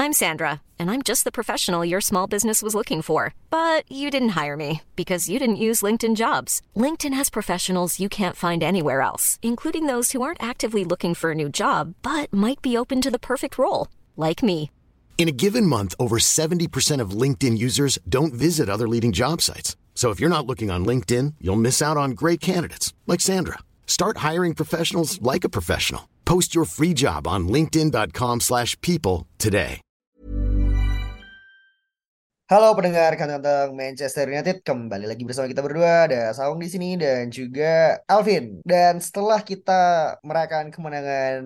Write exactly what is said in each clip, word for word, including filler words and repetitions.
I'm Sandra, and I'm just the professional your small business was looking for. But you didn't hire me because you didn't use LinkedIn Jobs. LinkedIn has professionals you can't find anywhere else, including those who aren't actively looking for a new job, but might be open to the perfect role, like me. In a given month, over seventy percent of LinkedIn users don't visit other leading job sites. So if you're not looking on LinkedIn, you'll miss out on great candidates like Sandra. Start hiring professionals like a professional. Post your free job on linkedin.com slash people today. Halo pendengar kantong Manchester United, kembali lagi bersama kita berdua. Ada Saung di sini dan juga Alvin. Dan setelah kita merayakan kemenangan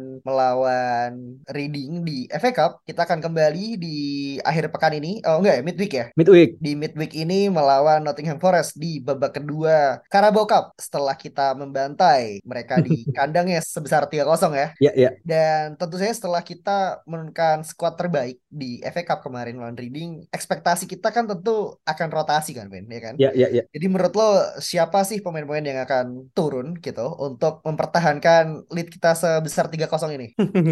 melawan Reading di F A Cup, kita akan kembali di akhir pekan ini. Oh enggak ya, midweek ya? Midweek. Di midweek ini melawan Nottingham Forest di babak kedua Carabao Cup setelah kita membantai mereka di kandangnya sebesar tiga kosong ya. Iya, iya. Dan tentu saja setelah kita menurunkan skuad terbaik di F A Cup kemarin melawan Reading, ekspektasi kita kan tentu akan rotasi kan Ben, ya kan? Iya, iya, iya. Jadi menurut lo siapa sih pemain-pemain yang akan turun gitu untuk mempertahankan lead kita sebesar tiga kosong ini?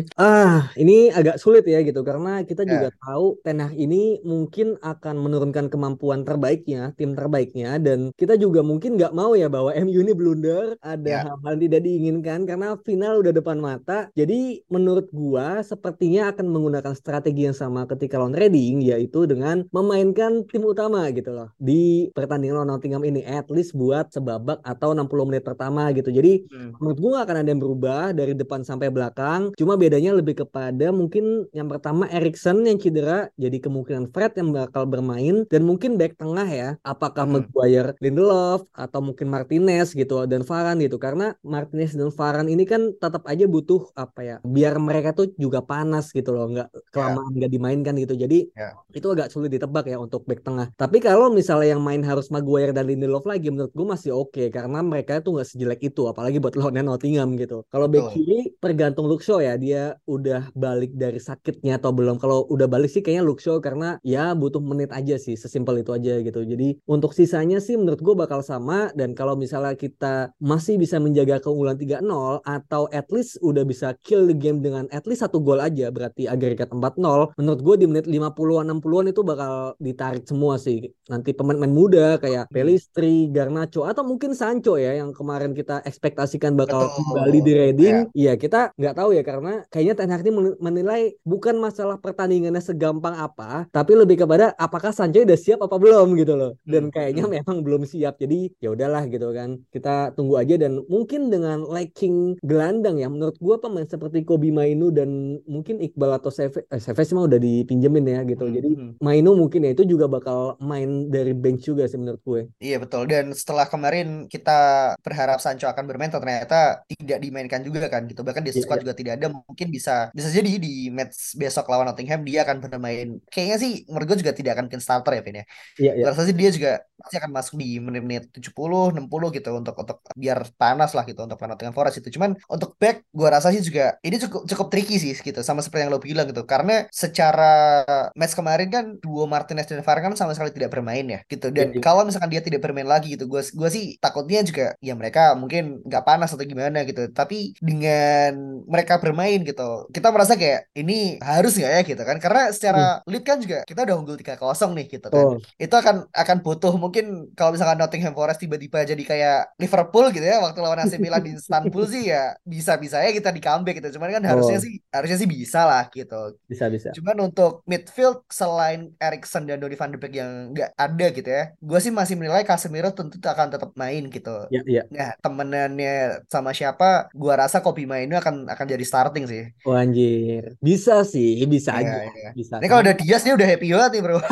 ah, ini agak sulit ya gitu karena kita Ya. juga tahu Ten Hag ini mungkin akan menurunkan kemampuan terbaiknya, tim terbaiknya, dan kita juga mungkin nggak mau ya bahwa M U ini blunder, ada Ya. hal-hal tidak diinginkan karena final udah depan mata. Jadi menurut gua sepertinya akan menggunakan strategi yang sama ketika lawan Reading, yaitu dengan memainkan tim utama gitu loh di pertandingan lawan Nottingham ini, at least buat sebabak atau enam puluh menit pertama gitu. Jadi hmm. menurut gue gak akan ada yang berubah dari depan sampai belakang, cuma bedanya lebih kepada mungkin yang pertama Eriksen yang cedera, jadi kemungkinan Fred yang bakal bermain, dan mungkin back tengah ya, apakah hmm. Maguire, Lindelof atau mungkin Martinez gitu dan Varane gitu, karena Martinez dan Varane ini kan tetap aja butuh apa ya, biar mereka tuh juga panas gitu loh, nggak kelamaan nggak yeah. dimainkan gitu. Jadi yeah. itu agak sulit ditebak ya untuk back tengah. Tapi kalau misalnya yang main harus Maguire dan Lindelof lagi, menurut gue masih oke okay, karena mereka tuh nggak sejelek itu, apalagi buat lawan Nottingham gitu. Kalau back kiri tergantung Luke Shaw ya, dia udah balik dari sakitnya atau belum. Kalau udah balik sih kayaknya Luke Shaw, karena ya butuh menit aja sih, sesimpel itu aja gitu. Jadi untuk sisanya sih menurut gue bakal sama, dan kalau misalnya kita masih bisa menjaga keunggulan tiga nol atau at least udah bisa kill the game dengan at least satu gol aja, berarti agregat empat nol, menurut gue di menit lima puluhan enam puluhan itu bakal ditarik semua sih. Nanti pemain-pemain muda kayak Pelistri, Garnacho, atau mungkin Sancho ya yang kemarin kita ekspektasikan bakal Betul. kembali di Reading. Iya, ya, kita nggak tahu ya, karena kayaknya Ten Hag ini menilai bukan masalah pertandingannya segampang apa, tapi lebih kepada apakah Sancho udah siap apa belum gitu loh. Dan kayaknya hmm. memang belum siap. Jadi ya udahlah gitu kan. Kita tunggu aja, dan mungkin dengan lacking gelandang ya, menurut gua pemain seperti Kobbie Mainoo dan mungkin Iqbal atau Seves, eh, Seves mah udah dipinjemin ya gitu. Hmm. Jadi Mainoo mungkin ya itu juga bakal main dari bench juga sih menurut gue. Iya betul, dan setelah kemarin kita berharap Sancho akan bermain, ternyata tidak dimainkan juga kan gitu. Bahkan di squad yeah, juga yeah. tidak ada. Mungkin bisa bisa jadi di match besok lawan Nottingham dia akan bermain. Kayaknya sih menurut gue juga tidak akan bikin starter ya Vin ya. Iya, iya. Rasa sih dia juga pasti akan masuk di menit-menit tujuh puluh enam puluh gitu untuk untuk biar panas lah gitu untuk Nottingham Forest itu. Cuman untuk back gue rasa sih juga ini cukup cukup tricky sih gitu, sama seperti yang lo bilang gitu. Karena secara match kemarin kan duo Martinez dan Varane kan sama sekali tidak bermain ya gitu. Dan yeah, yeah. kalau misalkan dia tidak bermain lagi gitu, gue gue sih takutnya juga ya mereka mungkin nggak panas atau gimana gitu. Tapi dengan mereka bermain gitu, kita merasa kayak ini harus nggak ya gitu kan? Karena secara hmm. lead kan juga kita udah unggul tiga kosong nih gitu kan. Oh. Itu akan akan butuh mungkin kalau misalkan Nottingham Forest tiba-tiba jadi kayak Liverpool gitu ya waktu lawan A C Milan di Istanbul sih ya bisa-bisa ya kita di comeback gitu. Cuman kan oh. harusnya sih harusnya sih bisa lah gitu. Bisa-bisa. Cuman untuk midfield selain Eriksen dan Donny van de Beek yang nggak ada gitu ya, gue sih masih menilai Casemiro tentu akan tetap main gitu. Ya, ya. Nah temenannya sama siapa, gue rasa Kobbie Mainoo akan akan jadi starting sih. Oh anjir, bisa sih, bisa ya, aja. Ya. Bisa. Ini kalau udah Diaz nih udah happy banget nih bro.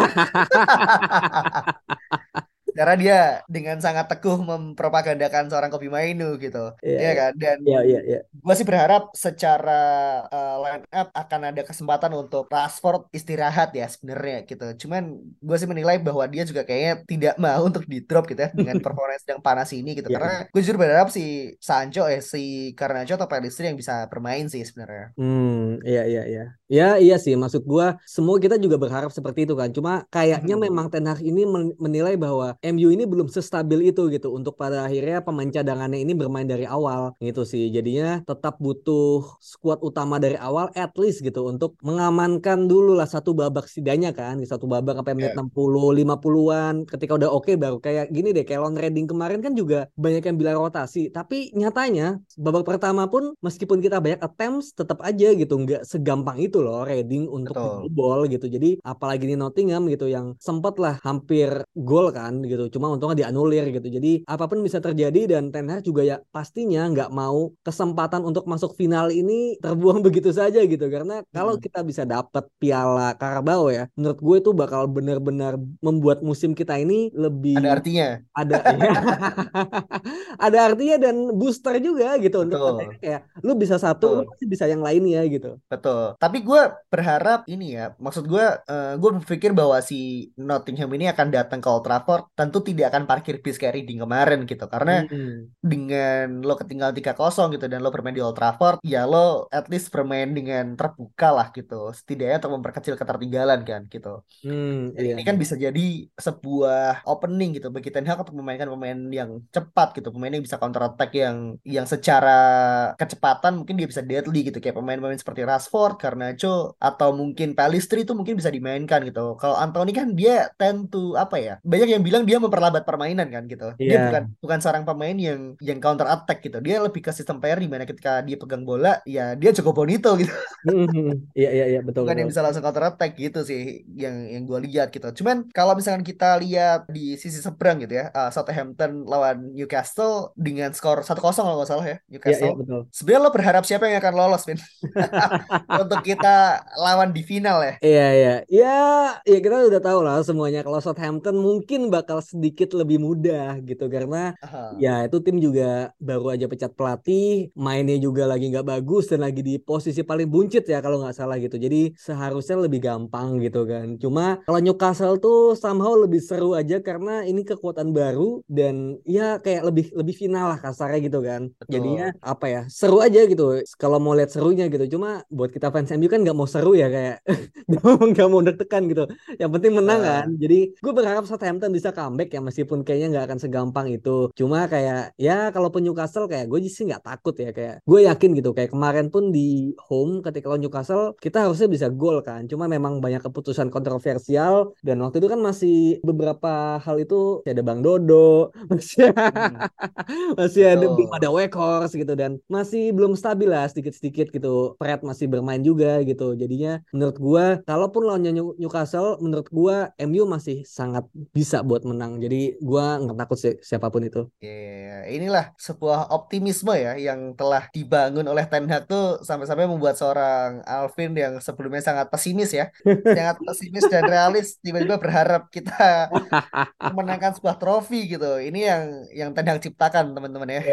Karena dia dengan sangat teguh mempropagandakan seorang Kobbie Mainoo gitu, iya ya kan. Dan iya, iya, iya. gue sih berharap secara uh, line up akan ada kesempatan untuk Rashford istirahat ya sebenarnya gitu. Cuman gue sih menilai bahwa dia juga kayaknya tidak mau untuk di drop gitu ya dengan performance yang panas ini gitu. Yeah. Karena gue jujur berharap si Sancho eh si Garnacho atau Pelistri yang bisa bermain sih sebenarnya. Hmm, iya iya iya. Ya iya sih, maksud gue semua kita juga berharap seperti itu kan. Cuma kayaknya hmm. memang Ten Hag ini menilai bahwa M U ini belum sestabil itu gitu untuk pada akhirnya pemain cadangannya ini bermain dari awal gitu sih. Jadinya tetap butuh skuad utama dari awal at least gitu untuk mengamankan dulu lah satu babak setidaknya kan. Di satu babak sampai menit Ya, enam puluh, lima puluhan-an ketika udah oke baru kayak gini deh kayak lawan Reading kemarin kan juga banyak yang bilang rotasi. Tapi nyatanya babak pertama pun meskipun kita banyak attempts tetap aja gitu nggak segampang itu loh Reading untuk betul. dibobol gitu. Jadi apalagi di Nottingham gitu yang sempat lah hampir gol kan gitu. Cuma untungnya dianulir gitu. Jadi apapun bisa terjadi dan Ten Hag juga ya pastinya nggak mau kesempatan untuk masuk final ini terbuang begitu saja gitu. Karena kalau Mm-mm. kita bisa dapat piala Carabao ya, menurut gue itu bakal benar-benar membuat musim kita ini Ada lebih artinya. ada ya ada artinya dan booster juga gitu untuk katanya Betul. kayak lu bisa satu lu Betul. pasti bisa yang lainnya gitu. Betul. Tapi gue berharap ini ya, maksud gue, eh, gue berpikir bahwa si Nottingham ini akan datang ke Old Trafford, tentu tidak akan parkir bis kayak Reading kemarin gitu. Karena Hmm. dengan lo ketinggalan tiga kosong gitu dan lo bermain di Old Trafford, ya lo at least bermain dengan terbuka lah gitu. Setidaknya untuk memperkecil ketertinggalan kan gitu. Hmm, Dan iya. ini kan bisa jadi sebuah opening gitu bagi Ten Hag untuk memainkan pemain yang cepat gitu, pemain yang bisa counter attack yang yang secara kecepatan mungkin dia bisa deadly gitu kayak pemain-pemain seperti Rashford, Garnacho atau mungkin Pellistri itu mungkin bisa dimainkan gitu. Kalau Anthony kan dia tend to apa ya? Banyak yang bilang dia memperlambat permainan kan gitu. Dia bukan Iya. bukan seorang pemain yang yang counter attack gitu. Dia lebih ke sistem player di mana ketika dia pegang bola ya dia cukup bonito gitu. Hmm, iya iya iya betul Bukan betul. yang bisa langsung counter attack gitu sih yang yang gue lihat gitu. Cuman kalau misalkan kita lihat di sisi seberang gitu ya, uh, Southampton lawan Newcastle dengan skor satu kosong kalau nggak salah ya, Iya iya Newcastle. betul. Sebenarnya lo berharap siapa yang akan lolos, Vin? Untuk kita lawan di final ya. Iya iya. Ya, ya kita udah tahu lah semuanya kalau Southampton mungkin bakal sedikit lebih mudah gitu karena Aha. ya itu tim juga baru aja pecat pelatih, mainnya juga lagi nggak bagus dan lagi di posisi paling buncit ya kalau nggak salah gitu. Jadi seharusnya lebih gampang gitu kan. Cuma kalau Newcastle tuh somehow lebih seru aja karena ini kekuatan baru dan ya kayak lebih lebih final lah kasarnya gitu kan. Jadinya Betul. apa ya seru aja gitu kalau mau lihat serunya gitu. Cuma buat kita fans M U kan nggak mau seru ya kayak nggak mau deg-degan gitu. Yang penting menang kan. Ah, Jadi gue berharap Southampton bisa comeback ya meskipun kayaknya nggak akan segampang itu. Cuma kayak ya kalaupun Newcastle kayak gue sih nggak takut ya kayak gue yakin gitu kayak kemarin pun di home ketika lawan Newcastle kita harusnya bisa gol kan. Cuma memang banyak keputusan kontroversial dan waktu itu kan masih beberapa hal itu masih ada Bang Dodo, masih hmm, masih ada belum ada betul. Weghorst gitu dan masih belum stabil lah sedikit-sedikit gitu. Fred masih bermain juga gitu. Jadinya menurut gua kalaupun lawannya New- Newcastle menurut gua M U masih sangat bisa buat menang. Jadi gua nggak takut sih siapapun itu. Ya, inilah sebuah optimisme ya yang telah dibangun oleh Ten Hag tuh sampai-sampai membuat seorang Alvin yang sebelumnya sangat pesimis ya, sangat pesimis dan realis tiba-tiba berharap kita memenangkan sebuah trofi gitu. Ini yang yang Ten Hag ciptakan teman-teman ya.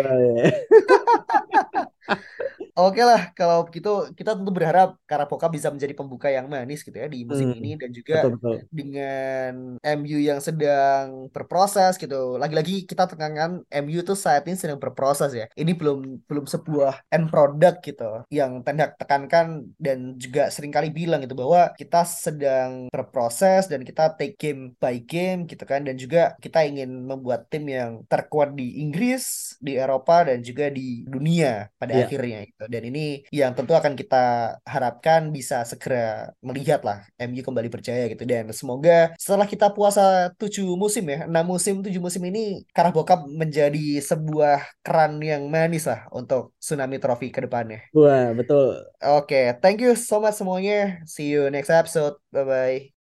Oke lah, kalau gitu kita tentu berharap Karapoka bisa menjadi pembuka yang manis gitu ya di musim Hmm, ini dan juga betul betul. dengan M U yang sedang berproses gitu. Lagi-lagi kita tekankan M U tuh saat ini sedang berproses ya. Ini belum belum sebuah end product gitu yang Ten Hag tekankan dan juga seringkali bilang gitu bahwa kita sedang berproses dan kita take game by game gitu kan dan juga kita ingin membuat tim yang terkuat di Inggris, di Eropa dan juga di dunia pada Iya. akhirnya gitu. Dan ini yang tentu akan kita harapkan bisa segera melihat lah M U kembali berjaya gitu dan semoga setelah kita puasa tujuh musim ya, enam musim, tujuh musim ini Carabao Cup menjadi sebuah keran yang manis lah untuk Tsunami Trophy ke depannya. Wah, betul. Oke, thank you so much semuanya. See you next episode. Bye bye.